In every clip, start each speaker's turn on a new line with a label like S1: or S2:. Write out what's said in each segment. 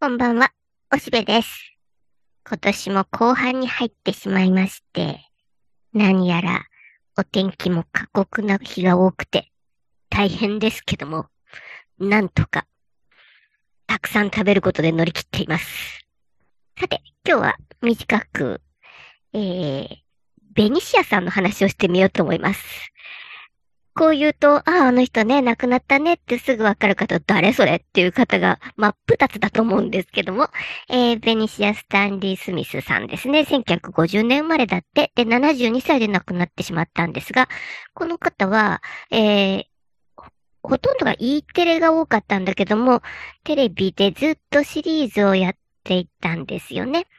S1: こんばんは、おしべです。今年も後半に入ってしまいまして、何やらお天気も過酷な日が多くて大変ですけども、なんとかたくさん食べることで乗り切っています。さて、今日は短く、ベニシアさんの話をしてみようと思います。こう言うと、あの人ね、亡くなったねってすぐわかる方、誰それっていう方が真っ二つだと思うんですけども、ベニシア・スタンリー・スミスさんですね。1950年生まれだって、で、72歳で亡くなってしまったんですが、この方は、ほとんどが E テレが多かったんだけども、テレビでずっとシリーズをやっていたんですよね。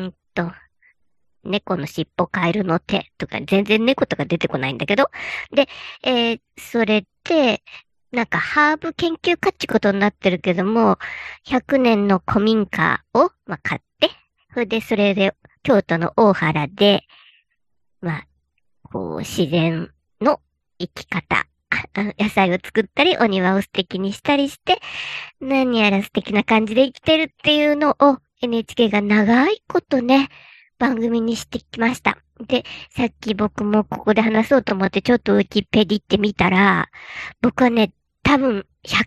S1: 猫の尻尾、カエルの手とか、全然猫とか出てこないんだけど。で、それで、なんかハーブ研究家ってことになってるけども、100年の古民家を、買って、それで、京都の大原で、まあ、自然の生き方、野菜を作ったり、お庭を素敵にしたりして、何やら素敵な感じで生きてるっていうのを NHK が長いことね、番組にしてきました。で、さっき僕もここで話そうと思ってちょっとウィキペディって見たら、僕はね、多分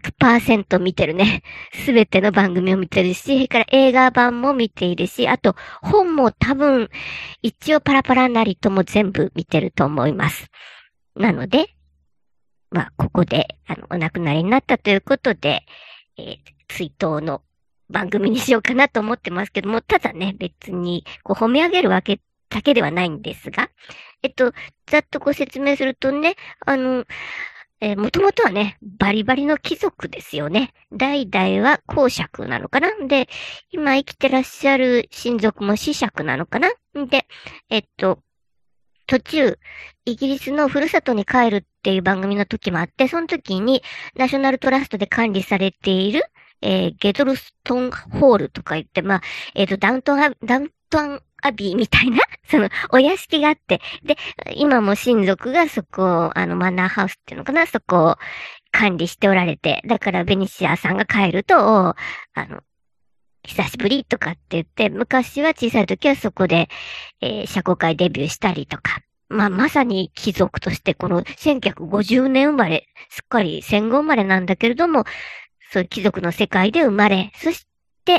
S1: 100%見てるね。すべての番組を見てるし、それから映画版も見ているし、あと本も多分一応パラパラなりとも全部見てると思います。なので、ここで、お亡くなりになったということで、追悼の番組にしようかなと思ってますけども、ただね、別に、褒め上げるわけだけではないんですが、ざっとご説明するとね、もともとはね、バリバリの貴族ですよね。代々は公爵なのかな。で、今生きてらっしゃる親族も子爵なのかな。で、途中、イギリスのふるさとに帰るっていう番組の時もあって、その時にナショナルトラストで管理されている、ゲドルストンホールとか言って、ダウントンアビーみたいな、その、お屋敷があって、で、今も親族がそこを、マナーハウスっていうのかな、そこを管理しておられて、だからベニシアさんが帰ると、久しぶりとかって言って、昔は小さい時はそこで、社交界デビューしたりとか、まさに貴族としてこの1950年生まれ、すっかり戦後生まれなんだけれども、そういう貴族の世界で生まれ、そして、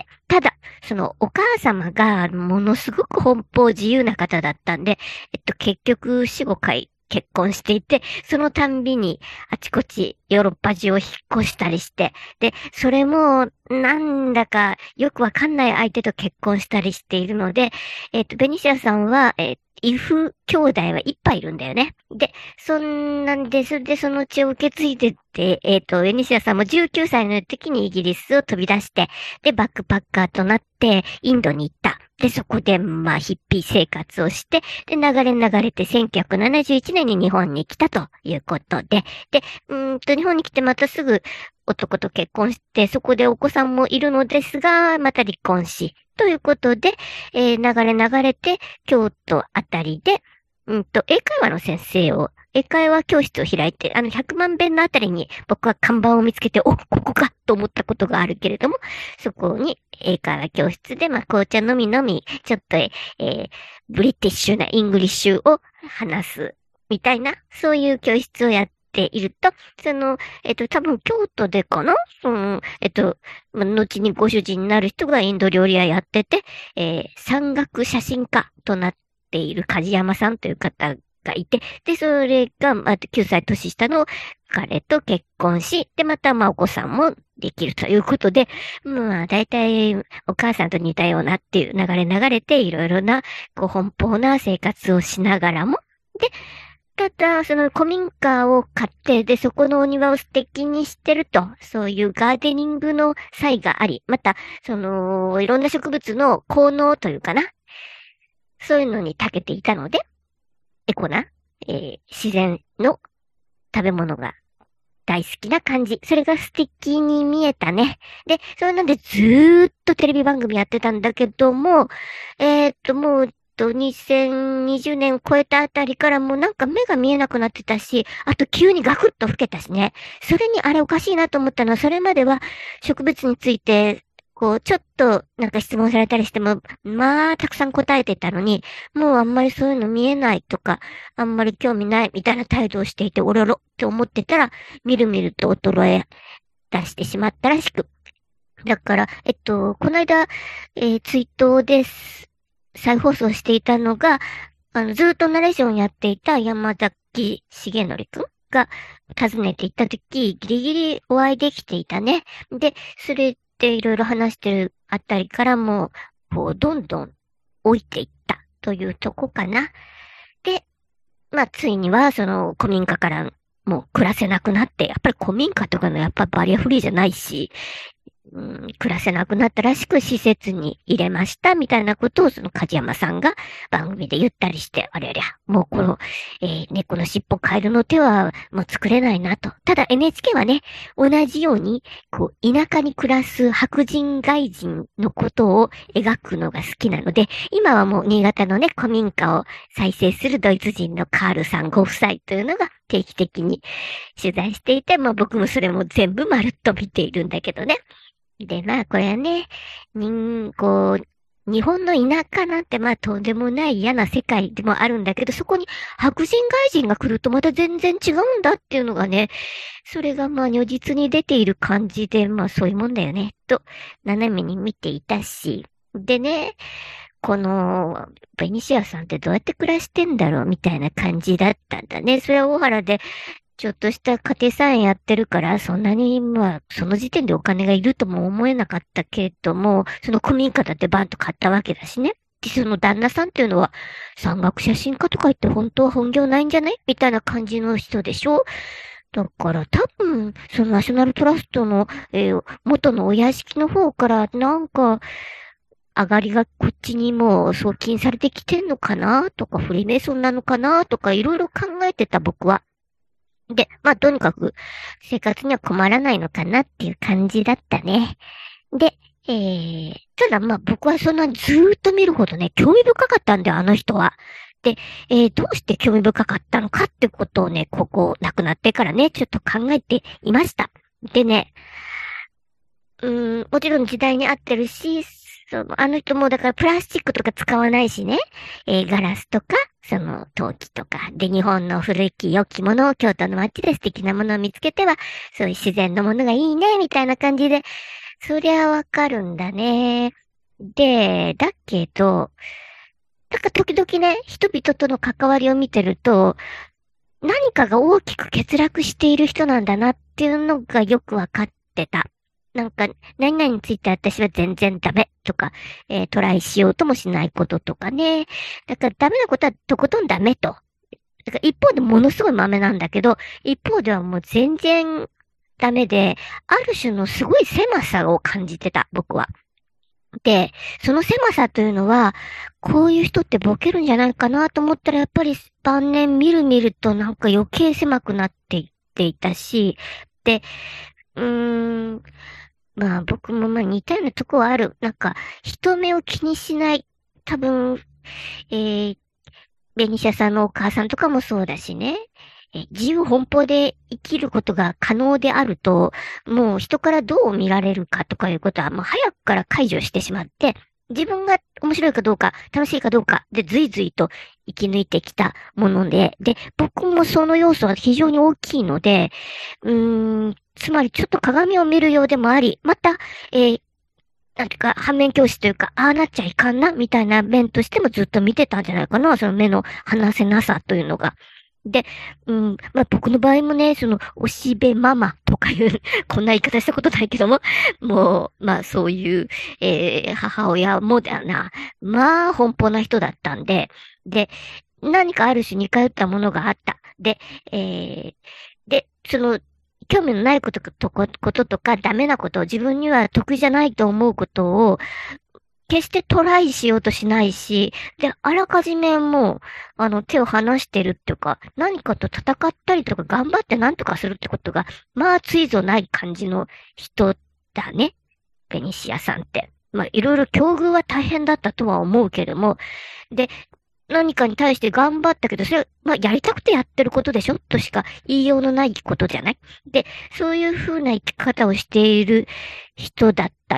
S1: ただ、そのお母様がものすごく奔放自由な方だったんで、結局4、5回結婚していて、そのたんびにあちこちヨーロッパ中を引っ越したりして、で、それもなんだかよくわかんない相手と結婚したりしているので、ベニシアさんは、異父兄弟はいっぱいいるんだよね。で、そんなんで、それでその血を受け継いでって、ベニシアさんも19歳の時にイギリスを飛び出して、で、バックパッカーとなって、インドに行った。で、そこで、ヒッピー生活をして、で、流れて1971年に日本に来たということで、で、日本に来てまたすぐ男と結婚して、そこでお子さんもいるのですが、また離婚し、ということで、流れて、京都あたりで、英会話の先生を、英会話教室を開いて、100万遍のあたりに僕は看板を見つけて、ここかと思ったことがあるけれども、そこに英会話教室で、紅茶飲み飲み、ちょっと、ブリティッシュなイングリッシュを話す、みたいな、そういう教室をやっていると、多分京都でかな後にご主人になる人がインド料理屋やってて、山岳写真家となっている梶山さんという方がいて、で、それが、9歳年下の彼と結婚し、で、また、お子さんもできるということで、大体、お母さんと似たようなっていう流れて、いろいろな、奔放な生活をしながらも、で、ただ、その古民家を買って、で、そこのお庭を素敵にしてると、そういうガーデニングの際があり、また、いろんな植物の効能というかな、そういうのに長けていたので、エコな、自然の食べ物が大好きな感じ。それが素敵に見えたね。で、それなんでずーっとテレビ番組やってたんだけども、もう、2020年超えたあたりからもうなんか目が見えなくなってたし、あと急にガクッと老けたしね。それにあれおかしいなと思ったのは、それまでは植物についてこう、ちょっとなんか質問されたりしても、まあ、たくさん答えてたのに、もうあんまりそういうの見えないとか、あんまり興味ないみたいな態度をしていて、おろろって思ってたら、みるみると衰え出してしまったらしく。だから、この間、ツイートです。再放送していたのが、ずっとナレーションやっていた山崎重則くんが訪ねて行った時、ギリギリお会いできていたね。で、それでいろいろ話してるあたりからも、こう、どんどん老いていったというとこかな。で、まあ、ついには、その、古民家からもう暮らせなくなって、やっぱり古民家とかのやっぱバリアフリーじゃないし、暮らせなくなったらしく施設に入れましたみたいなことをその梶山さんが番組で言ったりして、あれあれ、もうこの、猫の尻尾カエルの手はもう作れないなと。ただ NHK はね、同じように、こう、田舎に暮らす白人外人のことを描くのが好きなので、今はもう新潟のね、古民家を再生するドイツ人のカールさんご夫妻というのが定期的に取材していて、まあ僕もそれも全部まるっと見ているんだけどね。で、まあ、これはね、こう、日本の田舎なんてまあとんでもない嫌な世界でもあるんだけど、そこに白人外人が来るとまた全然違うんだっていうのがね、それがまあ如実に出ている感じで、まあそういうもんだよね、と、斜めに見ていたし。でね、この、ベニシアさんってどうやって暮らしてんだろうみたいな感じだったんだね。それは大原でちょっとした家庭菜園やってるから、そんなに、まあ、その時点でお金がいるとも思えなかったけれども、その古民家だってバンと買ったわけだしね。で、その旦那さんっていうのは、山岳写真家とか言って本当は本業ないんじゃないみたいな感じの人でしょ。だから多分、そのナショナルトラストの、元のお屋敷の方から、なんか、上がりがこっちにもう送金されてきてんのかなとか、フリーメイソンなのかなとか、いろいろ考えてた僕は。で、まあ、とにかく、生活には困らないのかなっていう感じだったね。で、ただまあ僕はそんなにずーっと見るほどね、興味深かったんだよ、あの人は。で、どうして興味深かったのかってことをね、ここ亡くなってからね、ちょっと考えていました。でね、もちろん時代に合ってるし、あの人もだからプラスチックとか使わないしね、ガラスとか、その陶器とか、で、日本の古き良きものを京都の街で素敵なものを見つけては、そういう自然のものがいいね、みたいな感じで、そりゃわかるんだね。で、だけど、なんか時々ね、人々との関わりを見てると、何かが大きく欠落している人なんだなっていうのがよくわかってた。なんか、何々について私は全然ダメとか、トライしようともしないこととかね。だからダメなことはとことんダメと。だから一方でものすごい豆なんだけど、一方ではもう全然ダメで、ある種のすごい狭さを感じてた、僕は。で、その狭さというのは、こういう人ってボケるんじゃないかなと思ったら、やっぱり晩年見る見るとなんか余計狭くなっていっていたし、で、うーん、まあ僕もまあ似たようなとこはある。なんか、人目を気にしない。多分、えー、ベニシャさんのお母さんとかもそうだしね。自由奔放で生きることが可能であると、もう人からどう見られるかとかいうことはもう早くから解除してしまって、自分が面白いかどうか、楽しいかどうかで随々と生き抜いてきたもので、僕もその要素は非常に大きいので、つまりちょっと鏡を見るようでもあり、また、なんていうか、反面教師というか、ああなっちゃいかんな、みたいな面としてもずっと見てたんじゃないかな、その目の離せなさというのが。で、まあ、僕の場合もね、その、おしべママとかいう、こんな言い方したことないけども、もう、まあ、そういう、母親もだな、まあ、奔放な人だったんで、何かある種似通ったものがあった。で、その、興味のないこととか、ダメなこと、自分には得意じゃないと思うことを、決してトライしようとしないし、で、あらかじめもう、手を離してるっていうか、何かと戦ったりとか頑張って何とかするってことが、まあ、ついぞない感じの人だね。ベニシアさんって。まあ、いろいろ境遇は大変だったとは思うけども、で、何かに対して頑張ったけど、それは、まあ、やりたくてやってることでしょとしか言いようのないことじゃないで、そういう風な生き方をしている人だったよ。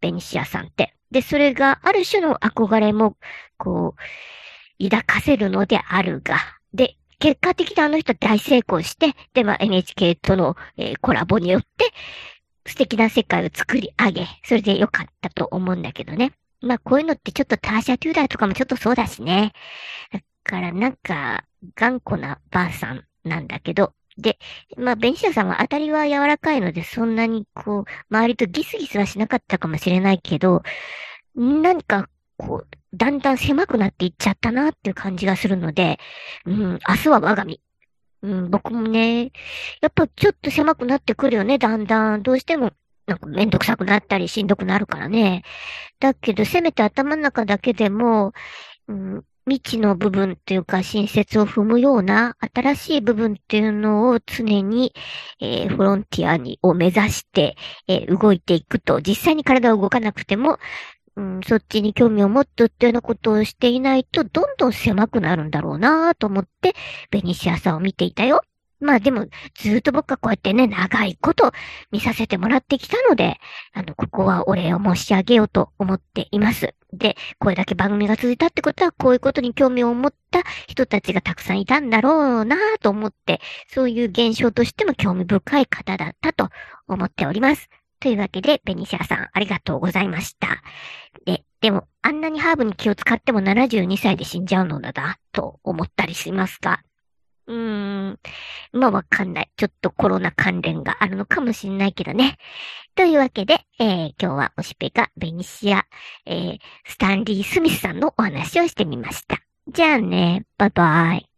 S1: ベニシアさんって。で、それがある種の憧れも、こう、抱かせるのであるが、で、結果的にあの人大成功して、で、まあ NHK との、コラボによって、素敵な世界を作り上げ、それで良かったと思うんだけどね。まあこういうのってちょっとターシャ・テューダーとかもちょっとそうだしね。だからなんか、頑固なばあさんなんだけど、で、まあ、ベニシアさんは当たりは柔らかいので、そんなにこう、周りとギスギスはしなかったかもしれないけど、何か、こう、だんだん狭くなっていっちゃったなっていう感じがするので、うん、明日は我が身。うん、僕もね、やっぱちょっと狭くなってくるよね、だんだん。どうしても、なんかめんどくさくなったりしんどくなるからね。だけど、せめて頭の中だけでも、うん、未知の部分っていうか、新説を踏むような新しい部分っていうのを常に、フロンティアを目指して、動いていくと、実際に体を動かなくても、うん、そっちに興味を持ってっていうようなことをしていないと、どんどん狭くなるんだろうなと思って、ベニシアさんを見ていたよ。まあでも、ずっと僕はこうやってね、長いこと見させてもらってきたので、ここはお礼を申し上げようと思っています。で、これだけ番組が続いたってことは、こういうことに興味を持った人たちがたくさんいたんだろうなと思って、そういう現象としても興味深い方だったと思っております。というわけで、ベニシアさん、ありがとうございました。でも、あんなにハーブに気を使っても72歳で死んじゃうのだな、と思ったりしますが、うーん、まあわかんない。ちょっとコロナ関連があるのかもしれないけどね。というわけで、今日はおしぺがベニシア、スタンリー・スミスさんのお話をしてみました。じゃあね、バイバイ。